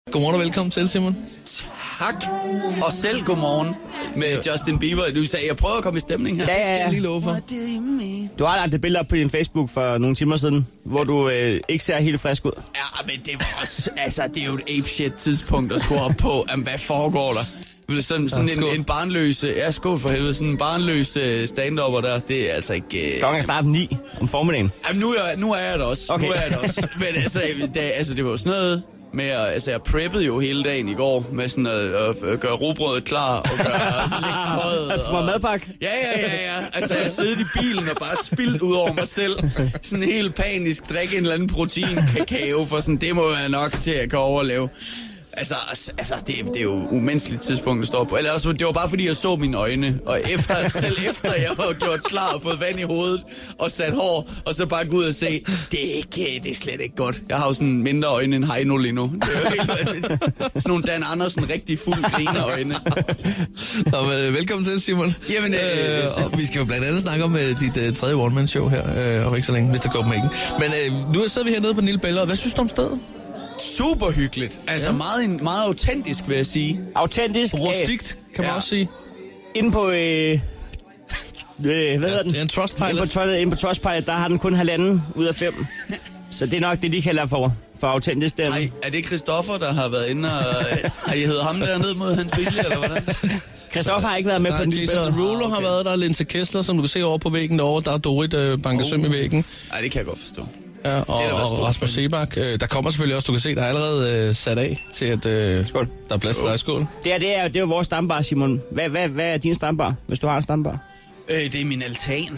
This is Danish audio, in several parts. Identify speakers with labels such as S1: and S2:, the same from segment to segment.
S1: Godmorgen og velkommen til, Simon.
S2: Tak. Og selv godmorgen med Justin Bieber. Du sagde, jeg prøver at komme i stemning her.
S1: Ja. Det skal jeg lige love for.
S3: Du har lagt et billede op på din Facebook for nogle timer siden, hvor du ikke ser helt frisk ud.
S2: Ja, men det var også, altså, det er jo et apeshit tidspunkt at score op på. Jamen, hvad foregår der? Sådan en barnløs, skål for helvede, sådan en barnløs stand-upper der, det er altså ikke...
S3: Klokken er snart 9 om formiddagen.
S2: Jamen, nu er jeg der også.
S3: Okay.
S2: Nu er jeg der også. Men altså, det var sådan noget... med jeg preppede jo hele dagen i går med sådan at gøre rugbrødet klar og lægge tøjet.
S3: Altså små madpakke?
S2: Ja. Altså jeg sidder i bilen og bare spildt ud over mig selv. Sådan helt panisk drikke en eller anden protein-kakao, for sådan, det må være nok til, at jeg kan overleve. Altså det er jo umenneskeligt tidspunkt at stå på. Eller også, det var bare fordi, jeg så mine øjne. Og selv efter jeg var gjort klar og fået vand i hovedet og sat hår, og så bare gå ud og se, det er slet ikke godt. Jeg har jo sådan mindre øjne end Heino lige nu. Det er jo helt sådan nogle Dan Andersen rigtig fuld griner øjne.
S1: Velkommen til, Simon.
S2: Jamen,
S1: og vi skal jo blandt andet snakke om dit tredje one-man-show her, og ikke så længe, Mr. Copenhagen. Men nu sidder vi hernede på den lille billede. Hvad synes du om stedet?
S2: Super hyggeligt. Altså meget autentisk, vil jeg sige.
S3: Autentisk.
S1: Rustikt, kan man også sige.
S3: Inde på... hvad hedder den?
S1: Det er en Trustpilot.
S3: Inde på Trustpilot, der har den kun 1,5 ud af 5. Så det er nok det, de kalder for autentisk.
S2: Nej, er det Christoffer, der har været inde og... Har I heddet ham der ned mod hans vilje, eller hvordan?
S3: Christoffer har ikke været med på den
S1: Jason Derulo har været der, Linse Kessler, som du kan se over på væggen derovre. Der er Dorit Bankesøm i væggen.
S2: Nej, det kan jeg godt forstå.
S1: Ja, og Rasmus Sebak. Der kommer selvfølgelig også, du kan se, der er allerede sat af til, at skål. Der er plads til dig. Skål.
S3: Det er jo vores stambar, Simon. Hvad er din stambar, hvis du har en stambar?
S2: Det er min altan.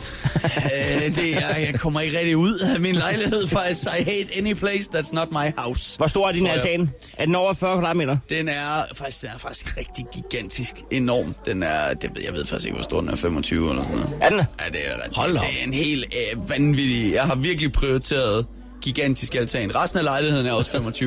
S2: Jeg kommer ikke rigtig ud af min lejlighed, faktisk. I hate any place that's not my house.
S3: Hvor stor er din altan? Er den over 40 kvadratmeter?
S2: Den er faktisk rigtig gigantisk. Enorm. Jeg ved faktisk ikke, hvor stor den er. 25 eller sådan noget.
S3: Er den?
S2: Ja, det er en helt vanvittig... Jeg har virkelig prioriteret gigantisk altan. Resten af lejligheden er også 25,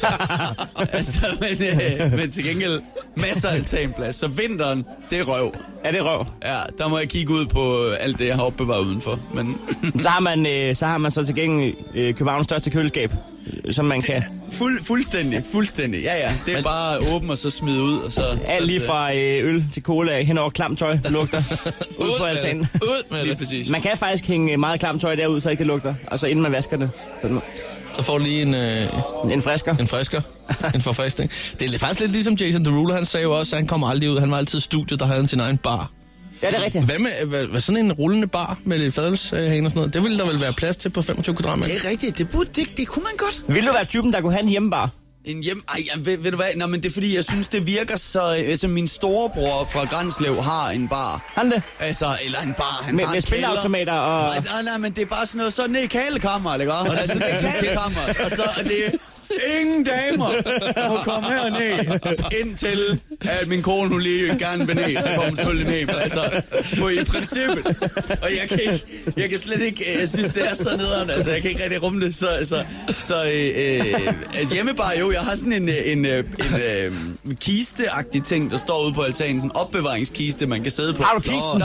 S2: men til gengæld masser af altanplads. Så vinteren, det er røv.
S3: Er det røv?
S2: Ja, der må jeg kigge ud på alt det, jeg har opbevaret udenfor. Men
S3: så har man så til gengæld Københavns største køleskab, som man kan...
S2: Fuldstændig. Ja. Det er bare åbent og så smide ud. Og så,
S3: alt lige fra øl til cola hen over klamt tøj, der lugter. Ud på altanen.
S2: Ud med det. Præcis.
S3: Man kan faktisk hænge meget klamt tøj derud, så ikke det lugter. Altså inden man vasker det.
S1: Så får du lige
S3: en frisker.
S1: En forfriskning. Det er faktisk lidt ligesom Jason Derulo. Han sagde jo også, at han kommer aldrig ud. Han var altid i studiet, der havde han sin egen bar.
S3: Ja, det er rigtigt.
S1: Hvad med sådan en rullende bar med lidt fadelshæng og sådan noget? Det ville der vel være plads til på 25 kvadratmeter?
S2: Det er rigtigt. Det kunne man godt.
S3: Vil du være typen, der kunne have en hjemmebar?
S2: Ved du hvad? Nå, men det er fordi, jeg synes, det virker så... Altså, min storebror fra Granslev har en bar.
S3: Han det?
S2: Altså, eller en bar. Han
S3: med
S2: har
S3: med spilautomater og...
S2: Nej, men det er bare sådan noget... Så ned i kælekammeret, ikke også? Altså, det er kælekammeret. Og så er det... Ingen damer må komme herned, indtil at min kone nu lige gerne vil ned, så kommer hun selvfølgelig ned. Altså, i princippet. Og jeg kan slet ikke, jeg synes, det er så nederen, altså, jeg kan ikke rigtig rumme det. Så hjemmebar, jo, jeg har sådan en kisteagtig ting, der står ude på altanen, en opbevaringskiste, man kan sidde på.
S3: Har du kisten?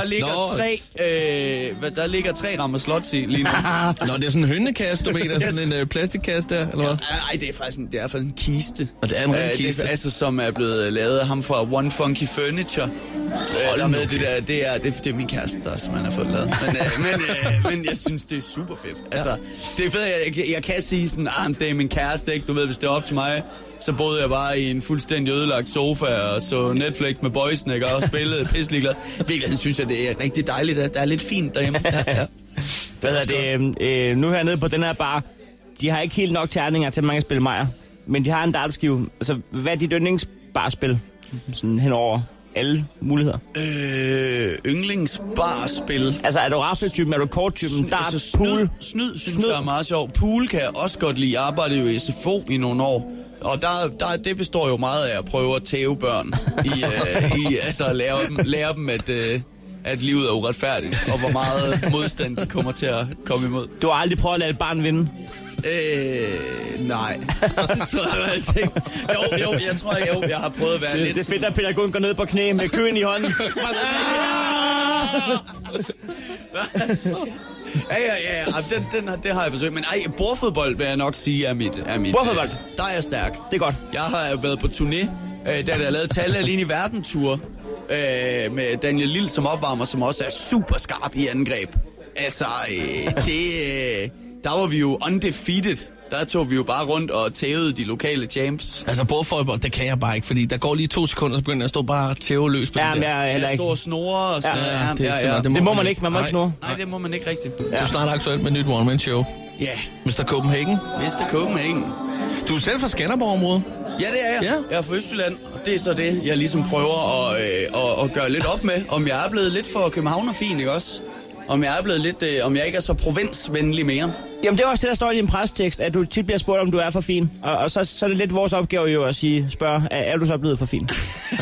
S2: Der ligger 3 rammer slots i lige nu.
S1: Nå, det er sådan en hønnekasse, du mener, sådan en plastikkasse der, eller hvad?
S2: Nej, det er faktisk en kiste.
S1: Og det er en rigtig kiste.
S2: Det er, altså, som er blevet lavet af ham fra One Funky Furniture. Det er min kæreste, som han har fået lavet. Men jeg synes, det er super fedt. Altså, det er fedt, jeg kan sige sådan, det er min kæreste, ikke? Du ved, hvis det er op til mig, så boede jeg bare i en fuldstændig ødelagt sofa og så Netflix med boysen, ikke? Og spillede pisseliglad. Virkelig synes jeg, det er rigtig dejligt, at der er lidt fint derhjemme.
S3: Nu hernede på den her bar, de har ikke helt nok terninger til, at man kan spille Majer. Men de har en dartskive. Altså, hvad er dit yndlingsbarspil? Sådan henover alle muligheder.
S2: Yndlingsbarspil.
S3: Altså, er du raffeltypen, er du korttypen, dart,
S2: altså,
S3: pool?
S2: Snyd synes jeg er meget sjov. Pool kan jeg også godt lide. Jeg arbejdede jo i SFO i nogle år. Og det består jo meget af at prøve at tæve børn. Altså, lære dem at livet er uretfærdigt, og hvor meget modstand de kommer til at komme imod.
S3: Du har aldrig prøvet at lade et barn vinde?
S2: Nej. Det tror jeg altså ikke. Jeg har prøvet at være lidt...
S3: Det er fedt, at pædagogen går ned på knæ med køen i hånden.
S2: Det har jeg forsøgt. Men bordfodbold vil jeg nok sige er mit.
S3: Bordfodbold?
S2: Der er jeg stærk.
S3: Det er godt.
S2: Jeg har været på turné, da der lavede Talle alene i verden-tur med Daniel Lille som opvarmer, som også er super skarp i angreb. Altså, der var vi jo undefeated. Der tog vi jo bare rundt og tævede de lokale champs.
S1: Altså bordfodbold, det kan jeg bare ikke, fordi der går lige 2 sekunder, så begynder jeg at stå bare og tæve løs på det der.
S2: Jeg står og snorer og sådan noget.
S3: Det må man ikke, man må ikke snore.
S2: Nej, det må man ikke rigtigt.
S1: Du er snart aktuelt med et nyt one-man-show.
S2: Ja.
S1: Mr. Copenhagen.
S2: Mr. Copenhagen.
S1: Du er selv fra Skanderborg-området?
S2: Ja, det er jeg.
S1: Ja.
S2: Jeg er fra Østjylland, og det er så det, jeg ligesom prøver at gøre lidt op med. Om jeg er blevet lidt for københavnerfin, ikke også? Om jeg er blevet lidt, om jeg ikke er så provinsvenlig mere.
S3: Jamen, det er også det, der står i din prestekst, at du tit bliver spurgt, om du er for fin. Og så er det lidt vores opgave jo at spørge, er du så blevet for fin?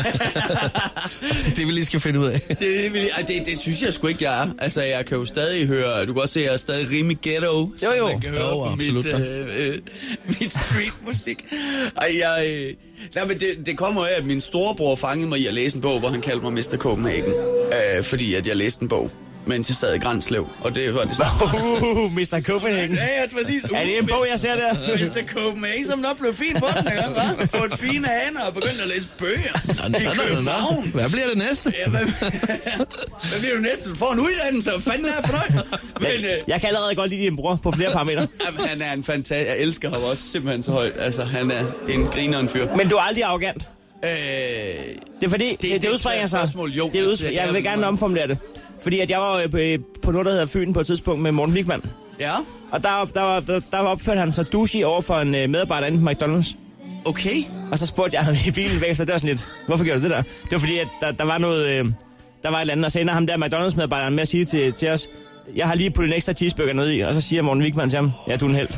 S1: Det vi lige skal finde ud af.
S2: Det synes jeg sgu ikke, jeg er. Altså, jeg kan jo stadig høre, du kan også se, at jeg er stadig rimelig ghetto.
S3: Jo.
S2: Man kan høre på mit streetmusik. Nej, men det kommer af, at min storebror fangede mig i at læse en bog, hvor han kaldte mig Mr. Copenhagen. Fordi at jeg læste en bog, mens jeg sad i Grænslev, og det var det
S3: Mr. Copenhagen.
S2: Ja, præcis.
S3: Er det en bog, jeg ser der?
S2: Mr. Copenhagen, som nok blev fin på den, ikke? Hva? Fået fine haner og begyndt at læse bøger i København.
S1: Hvad bliver det næste?
S2: Ja, hvad bliver det næste? Du får en uddannelse, og fanden er fornøjd.
S3: Jeg kan allerede godt lide din bror på flere parametre.
S2: Jamen, han er en fantastisk. Jeg elsker ham også simpelthen så højt. Altså, han er en grineren fyr.
S3: Men du er aldrig arrogant? Det er fordi, det udspringer sig.
S2: Jo,
S3: jeg vil gerne omformulere det. Fordi at jeg var på noget, der hedder Fyn på et tidspunkt med Morten Wigman.
S2: Ja.
S3: Og der opførte han sig douche over for en medarbejder inde på McDonald's.
S2: Okay.
S3: Og så spurgte jeg ham i bilen væk, så det var sådan lidt, hvorfor gjorde du det der? Det var fordi, at der var noget, der var et eller andet, og så ender ham der McDonald's-medarbejderen med at sige til os, jeg har lige puttet en ekstra cheeseburger ned i, og så siger Morten Wigman til ham, ja, du er en helt.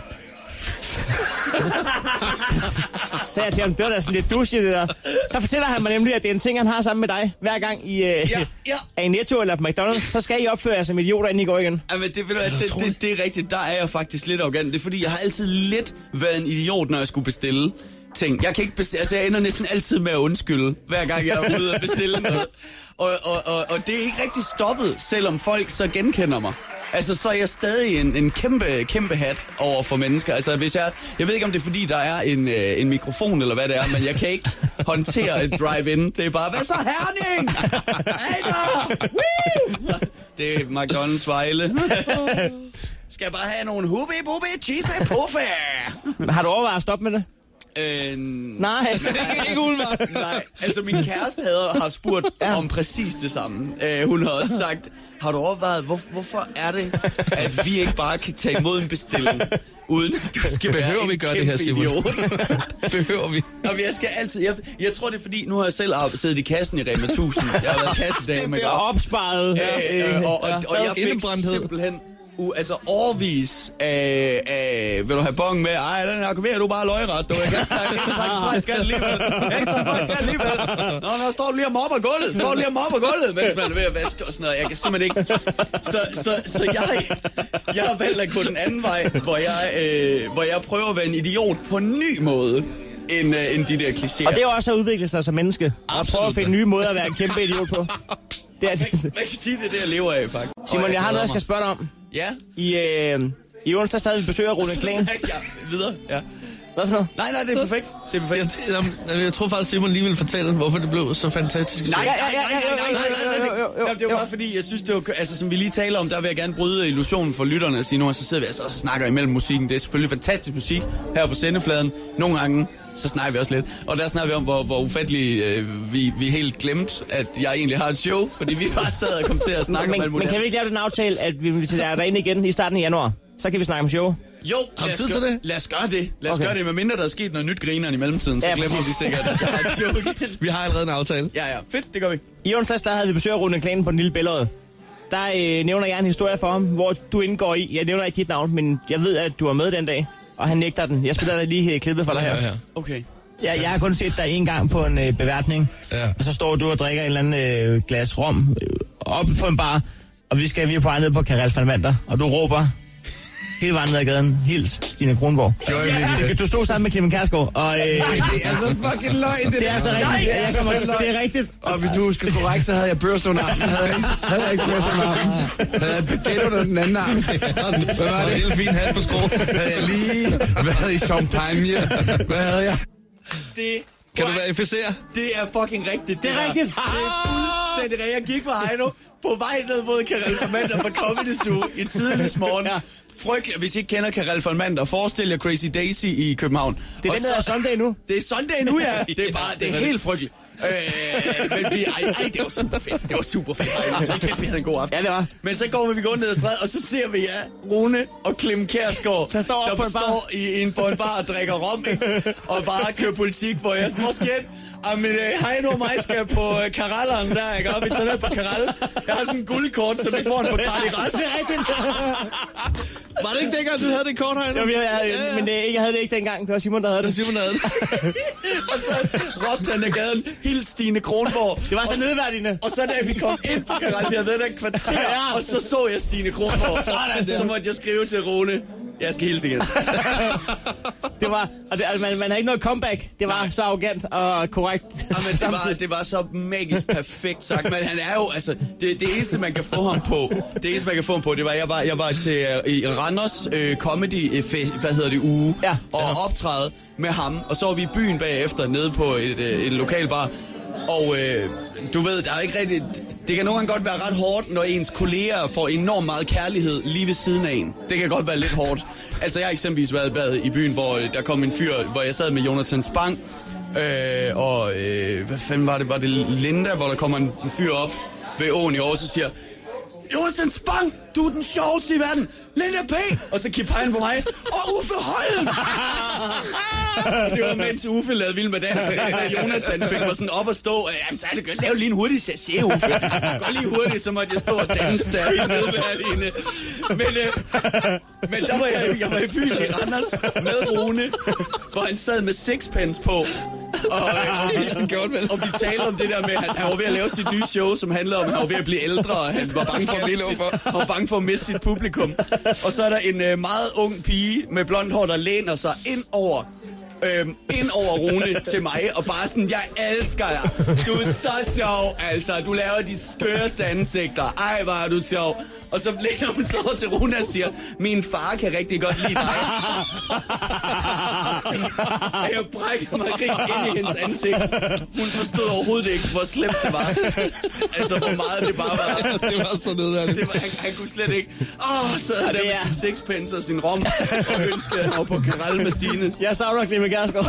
S3: Så sagde jeg til ham, det var da sådan lidt douche det der. Så fortæller han mig nemlig, at det er en ting, han har sammen med dig. Hver gang I er i Netto eller på McDonald's, så skal I opføre jer som idioter, inden I går igen.
S2: Jamen, det er rigtigt. Der er jeg faktisk lidt arrogant. Det er fordi, jeg har altid lidt været en idiot, når jeg skulle bestille ting. Jeg kan ikke jeg ender næsten altid med at undskylde, hver gang jeg er ude og bestille noget. Og det er ikke rigtig stoppet, selvom folk så genkender mig. Altså, så er jeg stadig en kæmpe hat over for mennesker. Altså, hvis jeg ved ikke, om det er fordi, der er en mikrofon, eller hvad det er, men jeg kan ikke håndtere et drive-in. Det er bare, hvad så, Herning? Hey der! Woo! Det er McDonald's Vejle. Skal jeg bare have nogle hubi-bubi cheese puffe?
S3: Har du overvejet at stoppe med det?
S2: Nej. Ikke umiddelbart. Nej, altså min kæreste har spurgt om præcis det samme. Hun har også sagt, har du overvejet, hvorfor er det, at vi ikke bare kan tage imod en bestilling, uden du skal
S1: behøver vi gøre det her, Simon? Behøver vi?
S2: Og jeg skal altid, jeg tror det er fordi, nu har jeg selv siddet i kassen i Rema 1000. Jeg har været kassedame.
S3: Det er opsparet.
S2: Og jeg fik simpelthen overvis af vil du have bong med? Ej, den her kopier du bare løgret. Du kan ikke tage ekstra skat alligevel. Nå, står du lige og mopper gulvet. Mens man er ved at vaske og sådan noget. Jeg kan simpelthen ikke. Så jeg har valgt at gå den anden vej, hvor jeg prøver at være en idiot på en ny måde. End de der klichéer.
S3: Og det er også at udvikle sig som menneske. Og prøve at finde nye måder at være en kæmpe idiot på. Det er det.
S2: Man kan sige, det er det, jeg lever af, faktisk.
S3: Simon, jeg har noget, jeg skal spørge dig om.
S2: Ja?
S3: I onsdag stadig vi besøger Rune Klan.
S2: Ja, videre, ja.
S3: Hvad for noget?
S2: Nej, det er perfekt. Det er perfekt.
S1: Jeg tror faktisk, Simon lige ville fortælle, hvorfor det blev så fantastisk.
S2: Nej. Det er jo bare fordi, jeg synes, det var, altså som vi lige taler om, der vil jeg gerne bryde illusionen for lytterne og sige, nu så sidder vi og snakker imellem musikken. Det er selvfølgelig fantastisk musik her på sendefladen. Nogle gange, så snakker vi også lidt. Og der snakker vi om, hvor ufatteligt vi helt glemt, at jeg egentlig har et show, fordi vi bare sad og kom til at snakke om alt muligt.
S3: Men kan vi ikke lave den aftale, at vi vil til derinde igen i starten af januar? Så kan vi snakke om show.
S2: Jo, lad os gøre det. Lad os gøre det, medmindre der er sket noget nyt grineren i mellemtiden, så glemmer vi sikkert, at der er et show igen.
S1: Vi har allerede en aftale.
S2: Ja, fedt, det gør vi.
S3: I onsdags, der havde vi besøg af Rune Klan på den lille Bællerød. Der nævner jeg en historie for ham, hvor du indgår i. Jeg nævner ikke dit navn, men jeg ved, at du er med den dag, og han nægter den. Jeg spiller dig lige klippet for dig her.
S2: Okay.
S3: Ja, jeg har kun set dig en gang på en beværtning, og så står du og drikker en eller anden glas rom op på en bar, og vi er på vej ned på Karel van Wander, og du råber, hele vejen ned ad gaden. Helt Stine Kronborg. Du stod sammen med Clemen Kærsgaard, og...
S2: det er så fucking løgn,
S3: det er så rigtigt. Det er rigtigt.
S2: Og hvis du husker korrekt, så havde jeg børs under armen. Havde jeg ikke børs under armen. Havde jeg baguette under den anden arm.
S1: Hvad var det? Helt fint hat på skrå.
S2: Havde jeg lige været i champagne. Hvad havde jeg?
S1: Kan du verificere?
S2: Det er fucking rigtigt.
S3: Det er rigtigt.
S2: Det er fuldstændig rigtigt. Jeg gik fra Heino på vej ned mod Karel van Mander fra Comedy Zoo i tidligst morgen. Ja. Frygteligt. Hvis I ikke kender Karel van Mander, forestil jer Crazy Daisy i København.
S3: Det er den, der er Sunday nu.
S2: Det er Sunday nu, ja. Det er helt frygteligt. Men det var super fedt. Det var super fedt. Vi havde en god aften.
S3: Ja, det var.
S2: Men så går vi ned ad strædet, og så ser vi Rune og Clemen Kærsgaard,
S3: der står
S2: på en bar og drikker rom, og bare kører politik, hvor jeg måske Heino og mig skal på Karalleren der, ikke? Og vi tager ned på Karall. Jeg har sådan en guldkort, så vi får en på Cardi-Ras.
S3: Det er rigtigt.
S1: Var det ikke dengang, du havde det kort, Heino?
S3: Jo, men jeg havde det ikke dengang. Det var Simon, der havde det.
S2: Og så råbte han af gaden, helt Stine Kronborg.
S3: Det var så nedværdigende.
S2: Og så da vi kom ind på Karall, vi havde været der et kvarter, og så jeg Stine Kronborg. Så måtte jeg skrive til Rune, jeg skal hilse igen.
S3: Det var, og man havde ikke noget comeback. Det var så arrogant og korrekt.
S2: Jamen, det var så magisk perfekt sagt. Men han er jo, altså, det eneste, man kan få ham på, det var, jeg var til i Randers Comedy uge, og optræde med ham. Og så var vi i byen bagefter, nede på et lokal bar. Og du ved, der er ikke rigtig... Det kan nogle gange godt være ret hårdt, når ens kolleger får enormt meget kærlighed lige ved siden af en. Det kan godt være lidt hårdt. Altså, jeg har eksempelvis været i byen, hvor der kom en fyr, hvor jeg sad med Jonathan Spang, og hvad fanden var det? Var det Linda, hvor der kommer en fyr op ved åen i Aarhus og siger, Jonathan Spang, du er den sjoveste i verden. Linda P. Og så kigger han på mig. Og Uffe Holm. Det var mens Uffe lavede Vild med Dans. Jonathan fik mig sådan op at stå. Jamen, så er det godt. Lav lige en hurtig sachet, Uffe. Gå lige hurtigt, så måtte jeg stå og danse der i nedværdigende. Men der var jeg var i byen i Randers med Rune, hvor han sad med sixpence på. Og vi talte om det der med, at han var ved at lave sit nye show, som handler om, at han var ved at blive ældre, og han var bange for at miste sit publikum. Og så er der en meget ung pige med blondt hår, der læner sig ind over Rune til mig, og bare sådan, jeg elsker jer. Du er så sjov, altså. Du laver de skørste ansigter. Ej, hvor er du sjov. Og så læner hun så over til Rune og siger, min far kan rigtig godt lide dig. Jeg brækker mig rigtig ind i hendes ansigt. Hun forstod overhovedet ikke, hvor slemt det var. Altså, hvor meget det bare var.
S1: Det var så nødvendigt.
S2: Han kunne slet ikke. Så havde han med sin sixpence og sin rom, og ønskede, at han var på Karall med Stine.
S3: Jeg savner Clemen Kærsgaard.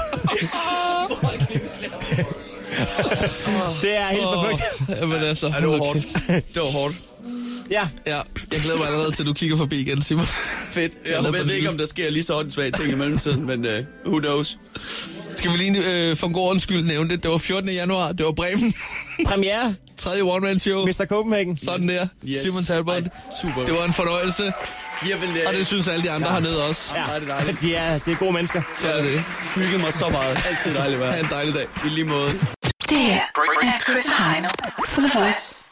S3: Det er helt perfekt.
S1: Jamen altså.
S2: Det var hårdt. Det var hårdt.
S3: Ja.
S1: Jeg glæder mig allerede til, at du kigger forbi igen, Simon.
S2: Fedt. Jeg ved ikke, om der sker lige så åndssvage ting i mellemtiden, men who knows.
S1: Skal vi lige for en god ordens skyld nævne det? Det var 14. januar, det var Bremen.
S3: Premiere.
S1: 3. one-man-show.
S3: Mr. Copenhagen.
S1: Sådan der.
S2: Yes.
S1: Simon Talbot.
S2: Super.
S1: Det var en fornøjelse. Og det synes alle de andre hernede også.
S3: Ja, de er gode mennesker.
S1: Så er det.
S2: Hygget mig så meget. Altid dejligt at være.
S1: Ha' en dejlig dag.
S2: I lige måde.
S4: Det her er Chris Heino for The Voice.